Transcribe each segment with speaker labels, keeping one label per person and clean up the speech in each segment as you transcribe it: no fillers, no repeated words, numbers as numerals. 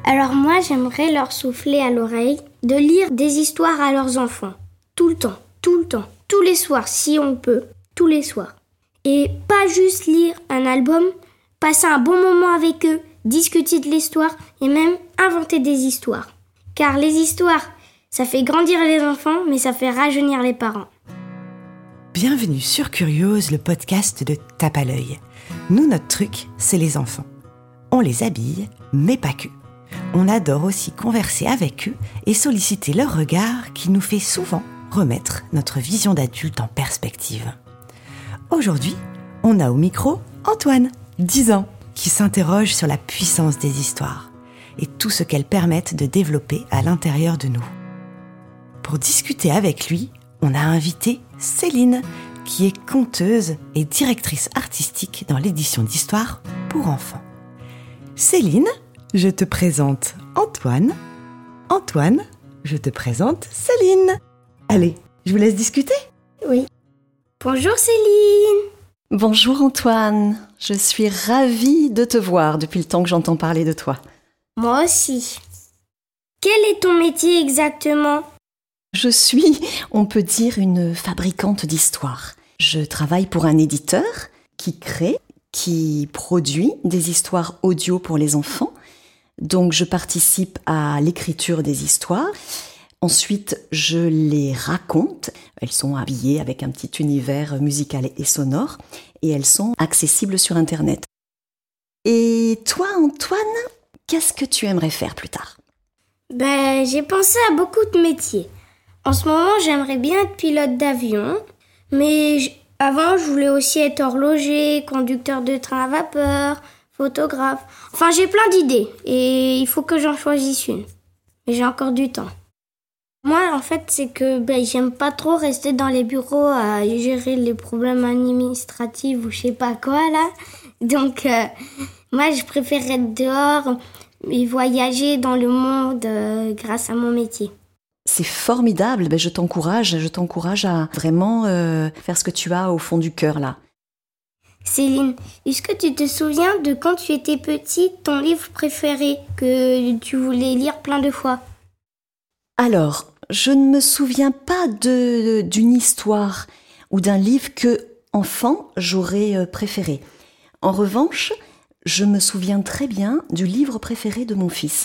Speaker 1: Alors moi, j'aimerais leur souffler à l'oreille de lire des histoires à leurs enfants. Tout le temps. Tous les soirs, si on peut. Tous les soirs. Et pas juste lire un album, passer un bon moment avec eux, discuter de l'histoire et même inventer des histoires. Car les histoires, ça fait grandir les enfants, mais ça fait rajeunir les parents.
Speaker 2: Bienvenue sur Curieuse, le podcast de Tape à l'œil. Nous, notre truc, c'est les enfants. On les habille, mais pas que. On adore aussi converser avec eux et solliciter leur regard qui nous fait souvent remettre notre vision d'adulte en perspective. Aujourd'hui, on a au micro Antoine, 10 ans, qui s'interroge sur la puissance des histoires et tout ce qu'elles permettent de développer à l'intérieur de nous. Pour discuter avec lui, on a invité Céline, qui est conteuse et directrice artistique dans l'édition d'histoires pour enfants. Céline, je te présente Antoine. Antoine, je te présente Céline. Allez, je vous laisse discuter.
Speaker 1: Oui. Bonjour Céline.
Speaker 3: Bonjour Antoine, je suis ravie de te voir depuis le temps que j'entends parler de toi.
Speaker 1: Moi aussi. Quel est ton métier exactement ?
Speaker 3: Je suis, on peut dire, une fabricante d'histoires. Je travaille pour un éditeur qui crée, qui produit des histoires audio pour les enfants. Donc je participe à l'écriture des histoires. Ensuite, je les raconte. Elles sont habillées avec un petit univers musical et sonore et elles sont accessibles sur Internet. Et toi, Antoine, qu'est-ce que tu aimerais faire plus tard ?
Speaker 1: J'ai pensé à beaucoup de métiers. En ce moment, j'aimerais bien être pilote d'avion, mais avant, je voulais aussi être horloger, conducteur de train à vapeur, photographe. Enfin, j'ai plein d'idées et il faut que j'en choisisse une. Mais j'ai encore du temps. Moi, en fait, c'est que j'aime pas trop rester dans les bureaux à gérer les problèmes administratifs ou je sais pas quoi, là. Donc, moi, je préfère être dehors et voyager dans le monde grâce à mon métier.
Speaker 3: C'est formidable, je t'encourage à vraiment faire ce que tu as au fond du cœur, là.
Speaker 1: Céline, est-ce que tu te souviens de quand tu étais petite, ton livre préféré que tu voulais lire plein de fois ?
Speaker 3: Alors, je ne me souviens pas d'une histoire ou d'un livre que, enfant, j'aurais préféré. En revanche, je me souviens très bien du livre préféré de mon fils.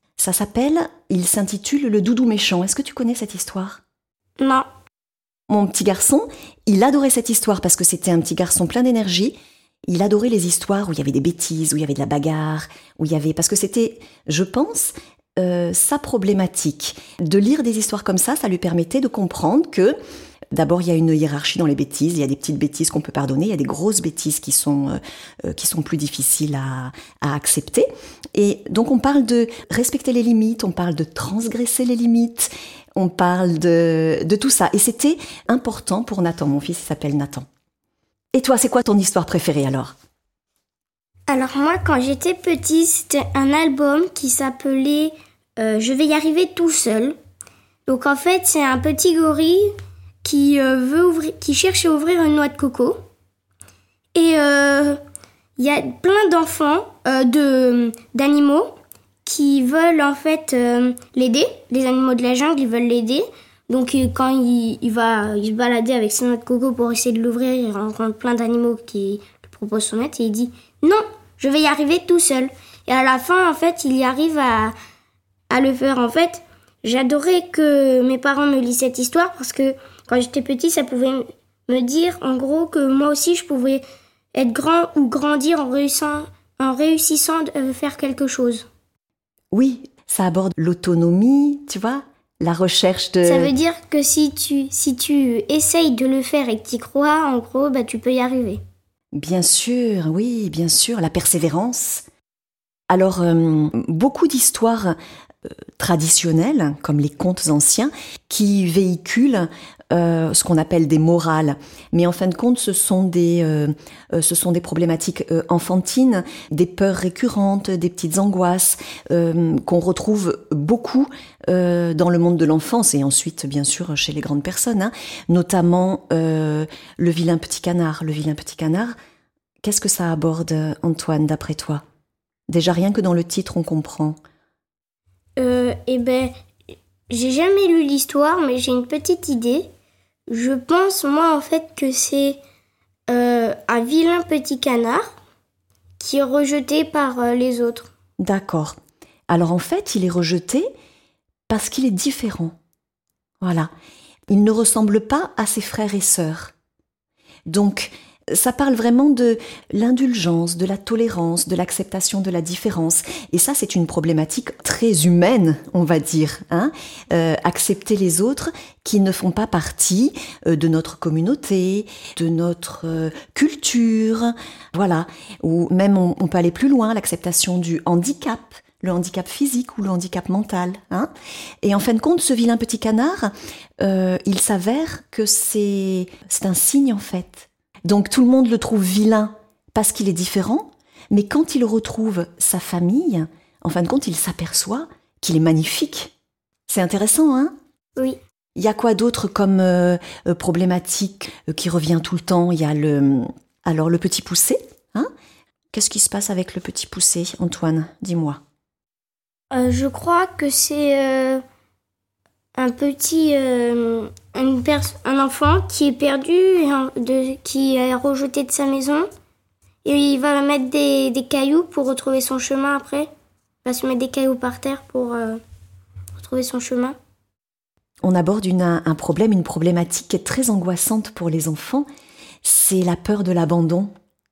Speaker 3: Il s'intitule Le Doudou méchant. Est-ce que tu connais cette histoire ?
Speaker 1: Non.
Speaker 3: Mon petit garçon, il adorait cette histoire parce que c'était un petit garçon plein d'énergie. Il adorait les histoires où il y avait des bêtises, où il y avait de la bagarre, parce que c'était, je pense, sa problématique. De lire des histoires comme ça lui permettait de comprendre que, d'abord, il y a une hiérarchie dans les bêtises. Il y a des petites bêtises qu'on peut pardonner. Il y a des grosses bêtises qui sont plus difficiles à accepter. Et donc, on parle de respecter les limites, on parle de transgresser les limites, on parle de tout ça. Et c'était important pour Nathan. Mon fils, il s'appelle Nathan. Et toi, c'est quoi ton histoire préférée alors ?
Speaker 1: Alors moi, quand j'étais petite, c'était un album qui s'appelait « Je vais y arriver tout seul ». Donc en fait, c'est un petit gorille qui cherche à ouvrir une noix de coco. Et il y a plein d'enfants, d'animaux qui veulent en fait l'aider. Les animaux de la jungle, ils veulent l'aider. Donc quand il va se balader avec ses noix de coco pour essayer de l'ouvrir, il rencontre plein d'animaux qui lui proposent son aide et il dit « Non, je vais y arriver tout seul ». Et à la fin, en fait, il y arrive à le faire. En fait, j'adorais que mes parents me lisent cette histoire parce que quand j'étais petit, ça pouvait me dire en gros que moi aussi je pouvais être grand ou grandir en réussissant de faire quelque chose.
Speaker 3: Oui, ça aborde l'autonomie, tu vois, la recherche de...
Speaker 1: Ça veut dire que si tu essayes de le faire et que tu y crois, en gros, tu peux y arriver.
Speaker 3: Bien sûr, oui, bien sûr, la persévérance. Alors, beaucoup d'histoires traditionnelles, comme les contes anciens, qui véhiculent ce qu'on appelle des morales. Mais en fin de compte, ce sont des problématiques enfantines, des peurs récurrentes, des petites angoisses qu'on retrouve beaucoup dans le monde de l'enfance et ensuite, bien sûr, chez les grandes personnes, notamment le vilain petit canard. Le vilain petit canard, qu'est-ce que ça aborde, Antoine, d'après toi ? Déjà, rien que dans le titre, on comprend
Speaker 1: Eh ben, j'ai jamais lu l'histoire, mais j'ai une petite idée. Je pense, moi, en fait, que c'est un vilain petit canard qui est rejeté par les autres.
Speaker 3: D'accord. Alors en fait, il est rejeté parce qu'il est différent. Voilà. Il ne ressemble pas à ses frères et sœurs. Donc, ça parle vraiment de l'indulgence, de la tolérance, de l'acceptation de la différence. Et ça, c'est une problématique très humaine, on va dire. Accepter les autres qui ne font pas partie de notre communauté, de notre culture. Voilà. Ou même, on peut aller plus loin, l'acceptation du handicap. Le handicap physique ou le handicap mental. Et en fin de compte, ce vilain petit canard, il s'avère que c'est un signe en fait. Donc tout le monde le trouve vilain parce qu'il est différent, mais quand il retrouve sa famille, en fin de compte, il s'aperçoit qu'il est magnifique. C'est intéressant, hein ?
Speaker 1: Oui.
Speaker 3: Il y a quoi d'autre comme problématique qui revient tout le temps ? Il y a le petit poucet. Qu'est-ce qui se passe avec le petit poucet, Antoine ? Dis-moi.
Speaker 1: Je crois que c'est un enfant qui est perdu, qui est rejeté de sa maison. Et il va mettre des cailloux pour retrouver son chemin après. Il va se mettre des cailloux par terre pour retrouver son chemin.
Speaker 3: On aborde un problème, une problématique qui est très angoissante pour les enfants. C'est la peur de l'abandon.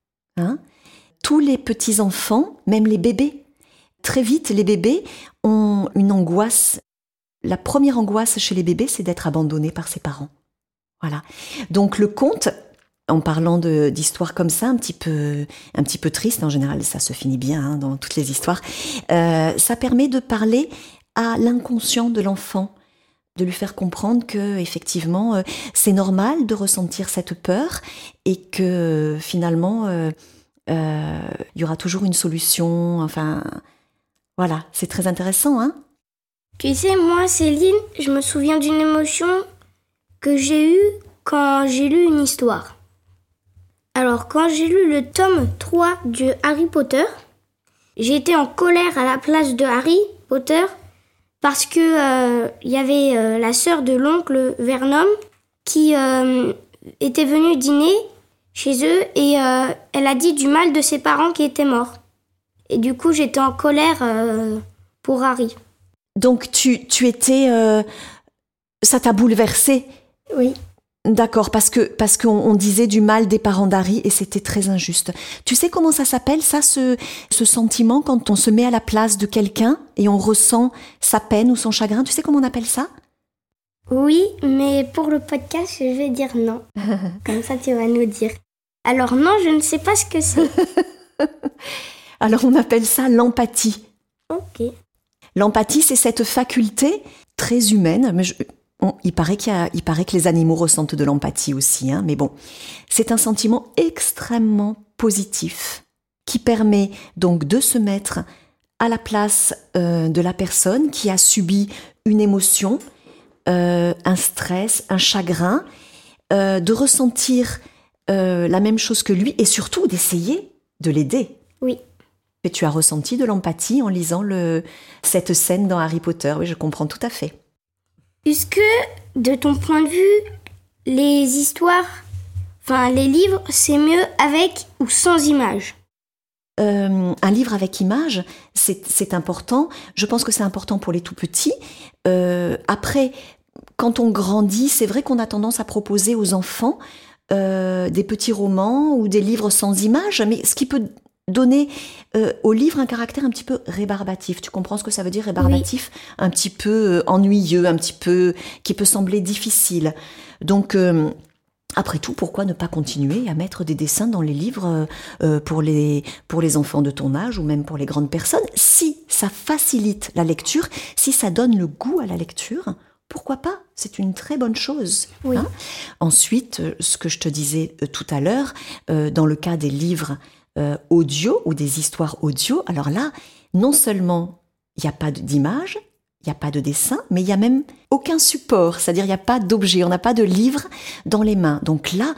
Speaker 3: Tous les petits-enfants, même les bébés, très vite, les bébés ont une angoisse. La première angoisse chez les bébés, c'est d'être abandonné par ses parents. Voilà. Donc le conte, en parlant d'histoires comme ça, un petit peu tristes, en général, ça se finit bien dans toutes les histoires, ça permet de parler à l'inconscient de l'enfant, de lui faire comprendre que effectivement, c'est normal de ressentir cette peur et que finalement, il y aura toujours une solution. Enfin, voilà, c'est très intéressant,
Speaker 1: Tu sais, moi, Céline, je me souviens d'une émotion que j'ai eue quand j'ai lu une histoire. Alors, quand j'ai lu le tome 3 de Harry Potter, j'ai été en colère à la place de Harry Potter parce que y avait la sœur de l'oncle Vernon qui était venue dîner chez eux et elle a dit du mal de ses parents qui étaient morts. Et du coup, j'étais en colère pour Harry.
Speaker 3: Donc tu étais, ça t'a bouleversée.
Speaker 1: Oui.
Speaker 3: D'accord, parce qu'on disait du mal des parents d'Harry et c'était très injuste. Tu sais comment ça s'appelle ça, ce sentiment quand on se met à la place de quelqu'un et on ressent sa peine ou son chagrin. Tu sais comment on appelle ça ?
Speaker 1: Oui, mais pour le podcast, je vais dire non. Comme ça, tu vas nous dire. Alors non, je ne sais pas ce que c'est.
Speaker 3: Alors on appelle ça l'empathie.
Speaker 1: Ok.
Speaker 3: L'empathie, c'est cette faculté très humaine, mais il paraît que les animaux ressentent de l'empathie aussi, mais bon, c'est un sentiment extrêmement positif qui permet donc de se mettre à la place de la personne qui a subi une émotion, un stress, un chagrin, de ressentir la même chose que lui et surtout d'essayer de l'aider.
Speaker 1: Oui.
Speaker 3: Et tu as ressenti de l'empathie en lisant cette scène dans Harry Potter. Oui, je comprends tout à fait.
Speaker 1: Puisque, de ton point de vue, les livres, c'est mieux avec ou sans images ?
Speaker 3: Un livre avec images, c'est important. Je pense que c'est important pour les tout-petits. Après, quand on grandit, c'est vrai qu'on a tendance à proposer aux enfants des petits romans ou des livres sans images, mais ce qui peut donner au livre un caractère un petit peu rébarbatif. Tu comprends ce que ça veut dire, rébarbatif ? Oui. Un petit peu ennuyeux, un petit peu qui peut sembler difficile. Donc, après tout, pourquoi ne pas continuer à mettre des dessins dans les livres pour les enfants de ton âge ou même pour les grandes personnes ? Si ça facilite la lecture, si ça donne le goût à la lecture, pourquoi pas ? C'est une très bonne chose.
Speaker 1: Oui.
Speaker 3: Ensuite, ce que je te disais tout à l'heure, dans le cas des livres audio ou des histoires audio, alors là, non seulement il n'y a pas d'image, il n'y a pas de dessin, mais il n'y a même aucun support, c'est-à-dire il n'y a pas d'objet, on n'a pas de livre dans les mains. Donc là,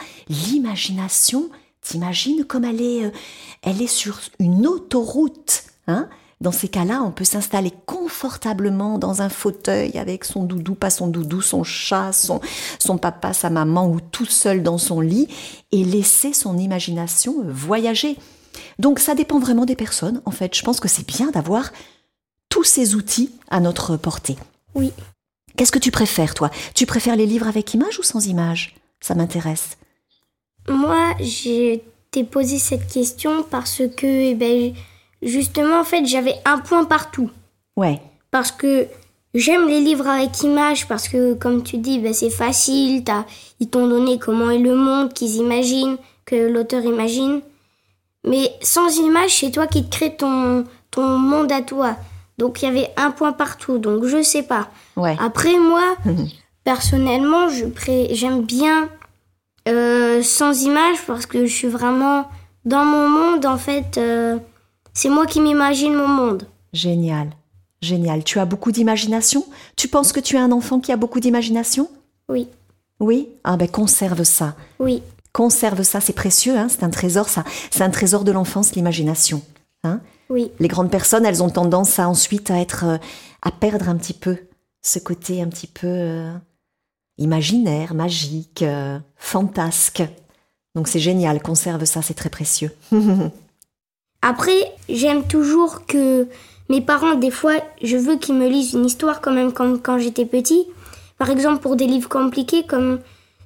Speaker 3: l'imagination, t'imagines comme elle est sur une autoroute, Dans ces cas-là, on peut s'installer confortablement dans un fauteuil avec son doudou, pas son doudou, son chat, son papa, sa maman, ou tout seul dans son lit, et laisser son imagination voyager. Donc ça dépend vraiment des personnes, en fait. Je pense que c'est bien d'avoir tous ces outils à notre portée.
Speaker 1: Oui.
Speaker 3: Qu'est-ce que tu préfères, toi ? Tu préfères les livres avec images ou sans images ? Ça m'intéresse.
Speaker 1: Moi, j'ai t'ai posé cette question parce que, justement, en fait, j'avais un point partout.
Speaker 3: Ouais.
Speaker 1: Parce que j'aime les livres avec images parce que, comme tu dis, c'est facile. Ils t'ont donné comment est le monde qu'ils imaginent, que l'auteur imagine. Mais sans images, c'est toi qui te crée ton monde à toi. Donc, il y avait un point partout. Donc, je sais pas.
Speaker 3: Ouais.
Speaker 1: Après, moi, personnellement, j'aime bien sans images parce que je suis vraiment dans mon monde. En fait, c'est moi qui m'imagine mon monde.
Speaker 3: Génial. Génial. Tu as beaucoup d'imagination ? Tu penses que tu es un enfant qui a beaucoup d'imagination ?
Speaker 1: Oui.
Speaker 3: Oui ? Ah ben conserve ça.
Speaker 1: Oui.
Speaker 3: Conserve ça, c'est précieux, hein, c'est un trésor, ça. C'est un trésor de l'enfance, l'imagination. Hein ?
Speaker 1: Oui.
Speaker 3: Les grandes personnes, elles ont tendance ensuite à perdre un petit peu ce côté un petit peu imaginaire, magique, fantasque. Donc c'est génial, conserve ça, c'est très précieux.
Speaker 1: Après, j'aime toujours que mes parents, des fois, je veux qu'ils me lisent une histoire quand même comme quand j'étais petit. Par exemple, pour des livres compliqués comme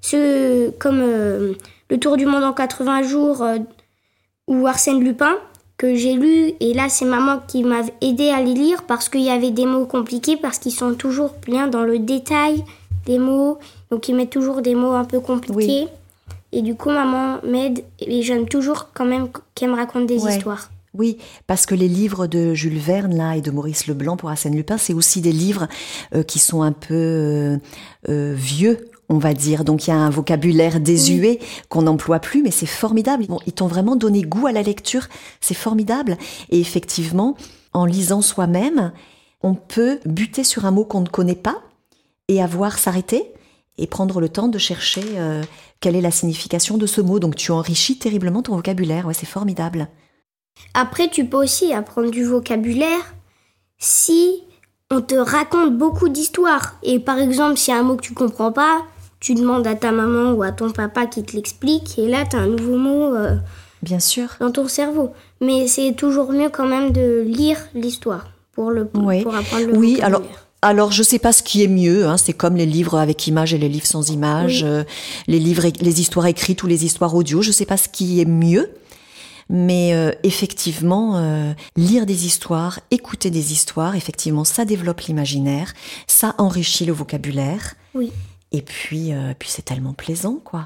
Speaker 1: Le Tour du monde en 80 jours ou Arsène Lupin, que j'ai lu. Et là, c'est maman qui m'a aidé à les lire parce qu'il y avait des mots compliqués, parce qu'ils sont toujours bien dans le détail des mots. Donc, ils mettent toujours des mots un peu compliqués. Oui. Et du coup, maman m'aide et j'aime toujours quand même qu'elle me raconte des histoires.
Speaker 3: Oui, parce que les livres de Jules Verne là, et de Maurice Leblanc pour Arsène Lupin, c'est aussi des livres qui sont un peu vieux, on va dire. Donc il y a un vocabulaire désuet qu'on n'emploie plus, mais c'est formidable. Bon, ils t'ont vraiment donné goût à la lecture, c'est formidable. Et effectivement, en lisant soi-même, on peut buter sur un mot qu'on ne connaît pas et s'arrêter et prendre le temps de chercher quelle est la signification de ce mot. Donc tu enrichis terriblement ton vocabulaire, ouais, c'est formidable.
Speaker 1: Après, tu peux aussi apprendre du vocabulaire si on te raconte beaucoup d'histoires. Et par exemple, s'il y a un mot que tu comprends pas, tu demandes à ta maman ou à ton papa qui te l'explique. Et là, tu as un nouveau mot
Speaker 3: bien sûr,
Speaker 1: dans ton cerveau. Mais c'est toujours mieux quand même de lire l'histoire pour apprendre le vocabulaire.
Speaker 3: Alors, je sais pas ce qui est mieux, hein. C'est comme les livres avec images et les livres sans images, les histoires écrites ou les histoires audio. Je sais pas ce qui est mieux. Mais effectivement, lire des histoires, écouter des histoires, effectivement, ça développe l'imaginaire, ça enrichit le vocabulaire.
Speaker 1: Oui.
Speaker 3: Et puis c'est tellement plaisant, quoi.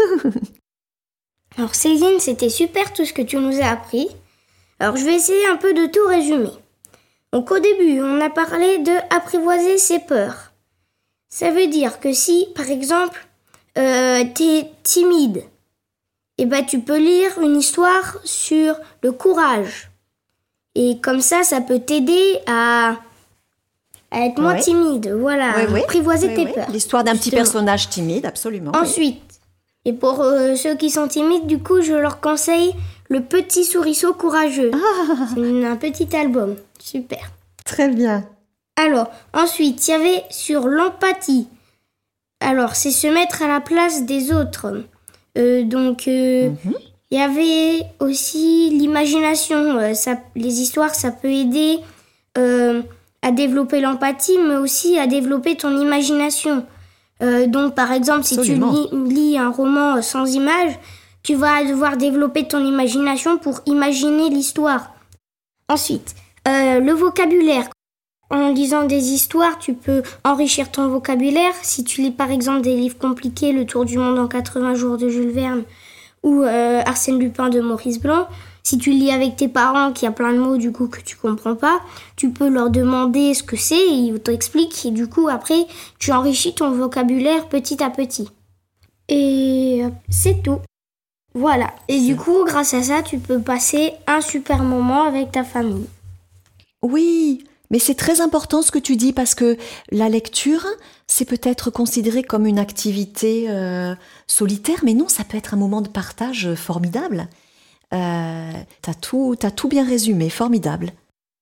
Speaker 1: Alors Céline, c'était super tout ce que tu nous as appris. Alors je vais essayer un peu de tout résumer. Donc au début, on a parlé de apprivoiser ses peurs. Ça veut dire que si, par exemple, t'es timide, tu peux lire une histoire sur le courage. Et comme ça peut t'aider à être moins timide. Voilà, apprivoiser tes peurs.
Speaker 3: L'histoire d'un petit personnage timide, absolument.
Speaker 1: Ensuite, et pour ceux qui sont timides, du coup, je leur conseille Le Petit Souriceau Courageux. C'est un petit album. Super.
Speaker 3: Très bien.
Speaker 1: Alors, ensuite, il y avait sur l'empathie. Alors, c'est se mettre à la place des autres. Il y avait aussi l'imagination. Les histoires, ça peut aider à développer l'empathie, mais aussi à développer ton imagination. Donc, par exemple,
Speaker 3: absolument.
Speaker 1: Si tu lis un roman sans images, tu vas devoir développer ton imagination pour imaginer l'histoire. Ensuite, le vocabulaire. En lisant des histoires, tu peux enrichir ton vocabulaire. Si tu lis par exemple des livres compliqués, Le Tour du monde en 80 jours de Jules Verne ou Arsène Lupin de Maurice Blanc, si tu lis avec tes parents qu'il y a plein de mots du coup que tu comprends pas, tu peux leur demander ce que c'est et ils t'expliquent et du coup après tu enrichis ton vocabulaire petit à petit. Et c'est tout. Voilà. Et du coup, grâce à ça, tu peux passer un super moment avec ta famille.
Speaker 3: Oui, mais c'est très important ce que tu dis parce que la lecture, c'est peut-être considéré comme une activité solitaire, mais non, ça peut être un moment de partage formidable. T'as tout bien résumé, formidable.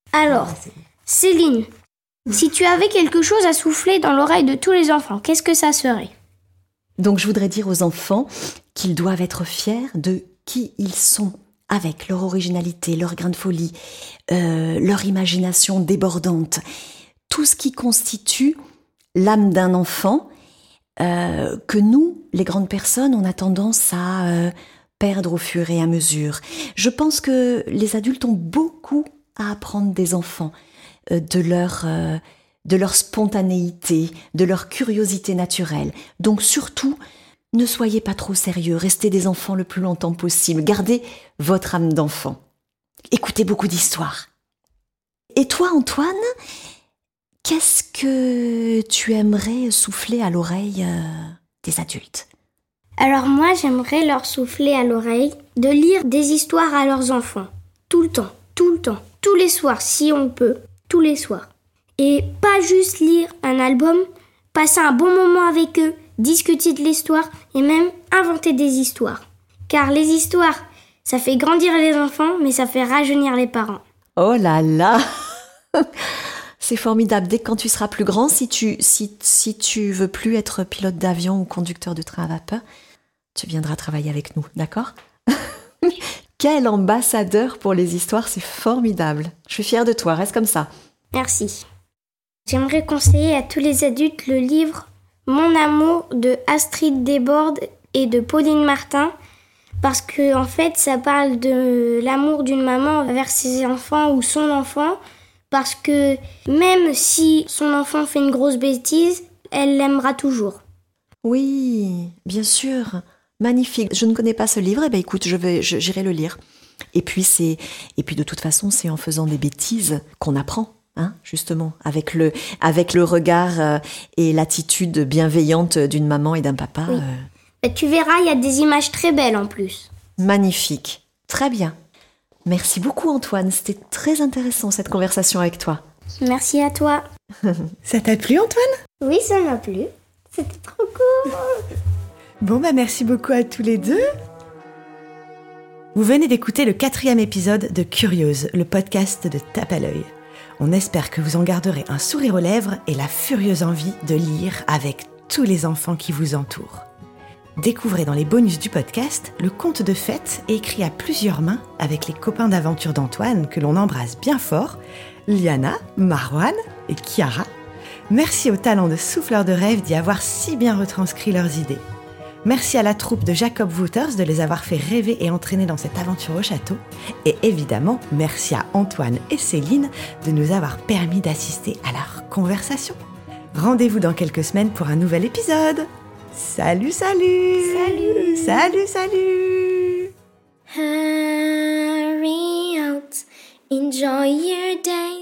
Speaker 1: Alors, Céline, si tu avais quelque chose à souffler dans l'oreille de tous les enfants, qu'est-ce que ça serait ?
Speaker 3: Donc je voudrais dire aux enfants qu'ils doivent être fiers de qui ils sont, avec leur originalité, leur grain de folie, leur imagination débordante, tout ce qui constitue l'âme d'un enfant que nous, les grandes personnes, on a tendance à perdre au fur et à mesure. Je pense que les adultes ont beaucoup à apprendre des enfants, de leur spontanéité, de leur curiosité naturelle. Donc surtout, ne soyez pas trop sérieux, restez des enfants le plus longtemps possible, gardez votre âme d'enfant. Écoutez beaucoup d'histoires. Et toi, Antoine, qu'est-ce que tu aimerais souffler à l'oreille des adultes ?
Speaker 1: Alors moi, j'aimerais leur souffler à l'oreille de lire des histoires à leurs enfants. Tout le temps, tous les soirs, si on peut, tous les soirs. Et pas juste lire un album, passer un bon moment avec eux, discuter de l'histoire et même inventer des histoires. Car les histoires, ça fait grandir les enfants, mais ça fait rajeunir les parents.
Speaker 3: Oh là là C'est formidable. Dès que quand tu seras plus grand, si tu veux plus être pilote d'avion ou conducteur de train à vapeur, tu viendras travailler avec nous, d'accord ? Quel ambassadeur pour les histoires, c'est formidable. Je suis fière de toi, reste comme ça.
Speaker 1: Merci. J'aimerais conseiller à tous les adultes le livre « Mon amour » de Astrid Desbordes et de Pauline Martin, parce que en fait, ça parle de l'amour d'une maman vers ses enfants ou son enfant, parce que même si son enfant fait une grosse bêtise, elle l'aimera toujours.
Speaker 3: Oui, bien sûr. Magnifique. Je ne connais pas ce livre. Eh bien, écoute, j'irai le lire. Et puis de toute façon, c'est en faisant des bêtises qu'on apprend, hein, justement, avec le regard et l'attitude bienveillante d'une maman et d'un papa.
Speaker 1: Oui. Tu verras, il y a des images très belles en plus.
Speaker 3: Magnifique. Très bien. Merci beaucoup, Antoine. C'était très intéressant, cette conversation avec toi.
Speaker 1: Merci à toi.
Speaker 2: Ça t'a plu, Antoine ?
Speaker 1: Oui, ça m'a plu. C'était trop cool.
Speaker 2: Bon, merci beaucoup à tous les deux. Vous venez d'écouter le 4e épisode de Curieuse, le podcast de Tape à l'œil. On espère que vous en garderez un sourire aux lèvres et la furieuse envie de lire avec tous les enfants qui vous entourent. Découvrez dans les bonus du podcast le conte de fête écrit à plusieurs mains avec les copains d'aventure d'Antoine que l'on embrasse bien fort, Liana, Marwan et Chiara. Merci au talent de souffleurs de rêve d'y avoir si bien retranscrit leurs idées. Merci à la troupe de Jacob Wouters de les avoir fait rêver et entraîner dans cette aventure au château. Et évidemment, merci à Antoine et Céline de nous avoir permis d'assister à leur conversation. Rendez-vous dans quelques semaines pour un nouvel épisode. Salut, salut!
Speaker 1: Salut!
Speaker 2: Salut, salut!
Speaker 1: Hurry out, enjoy your day.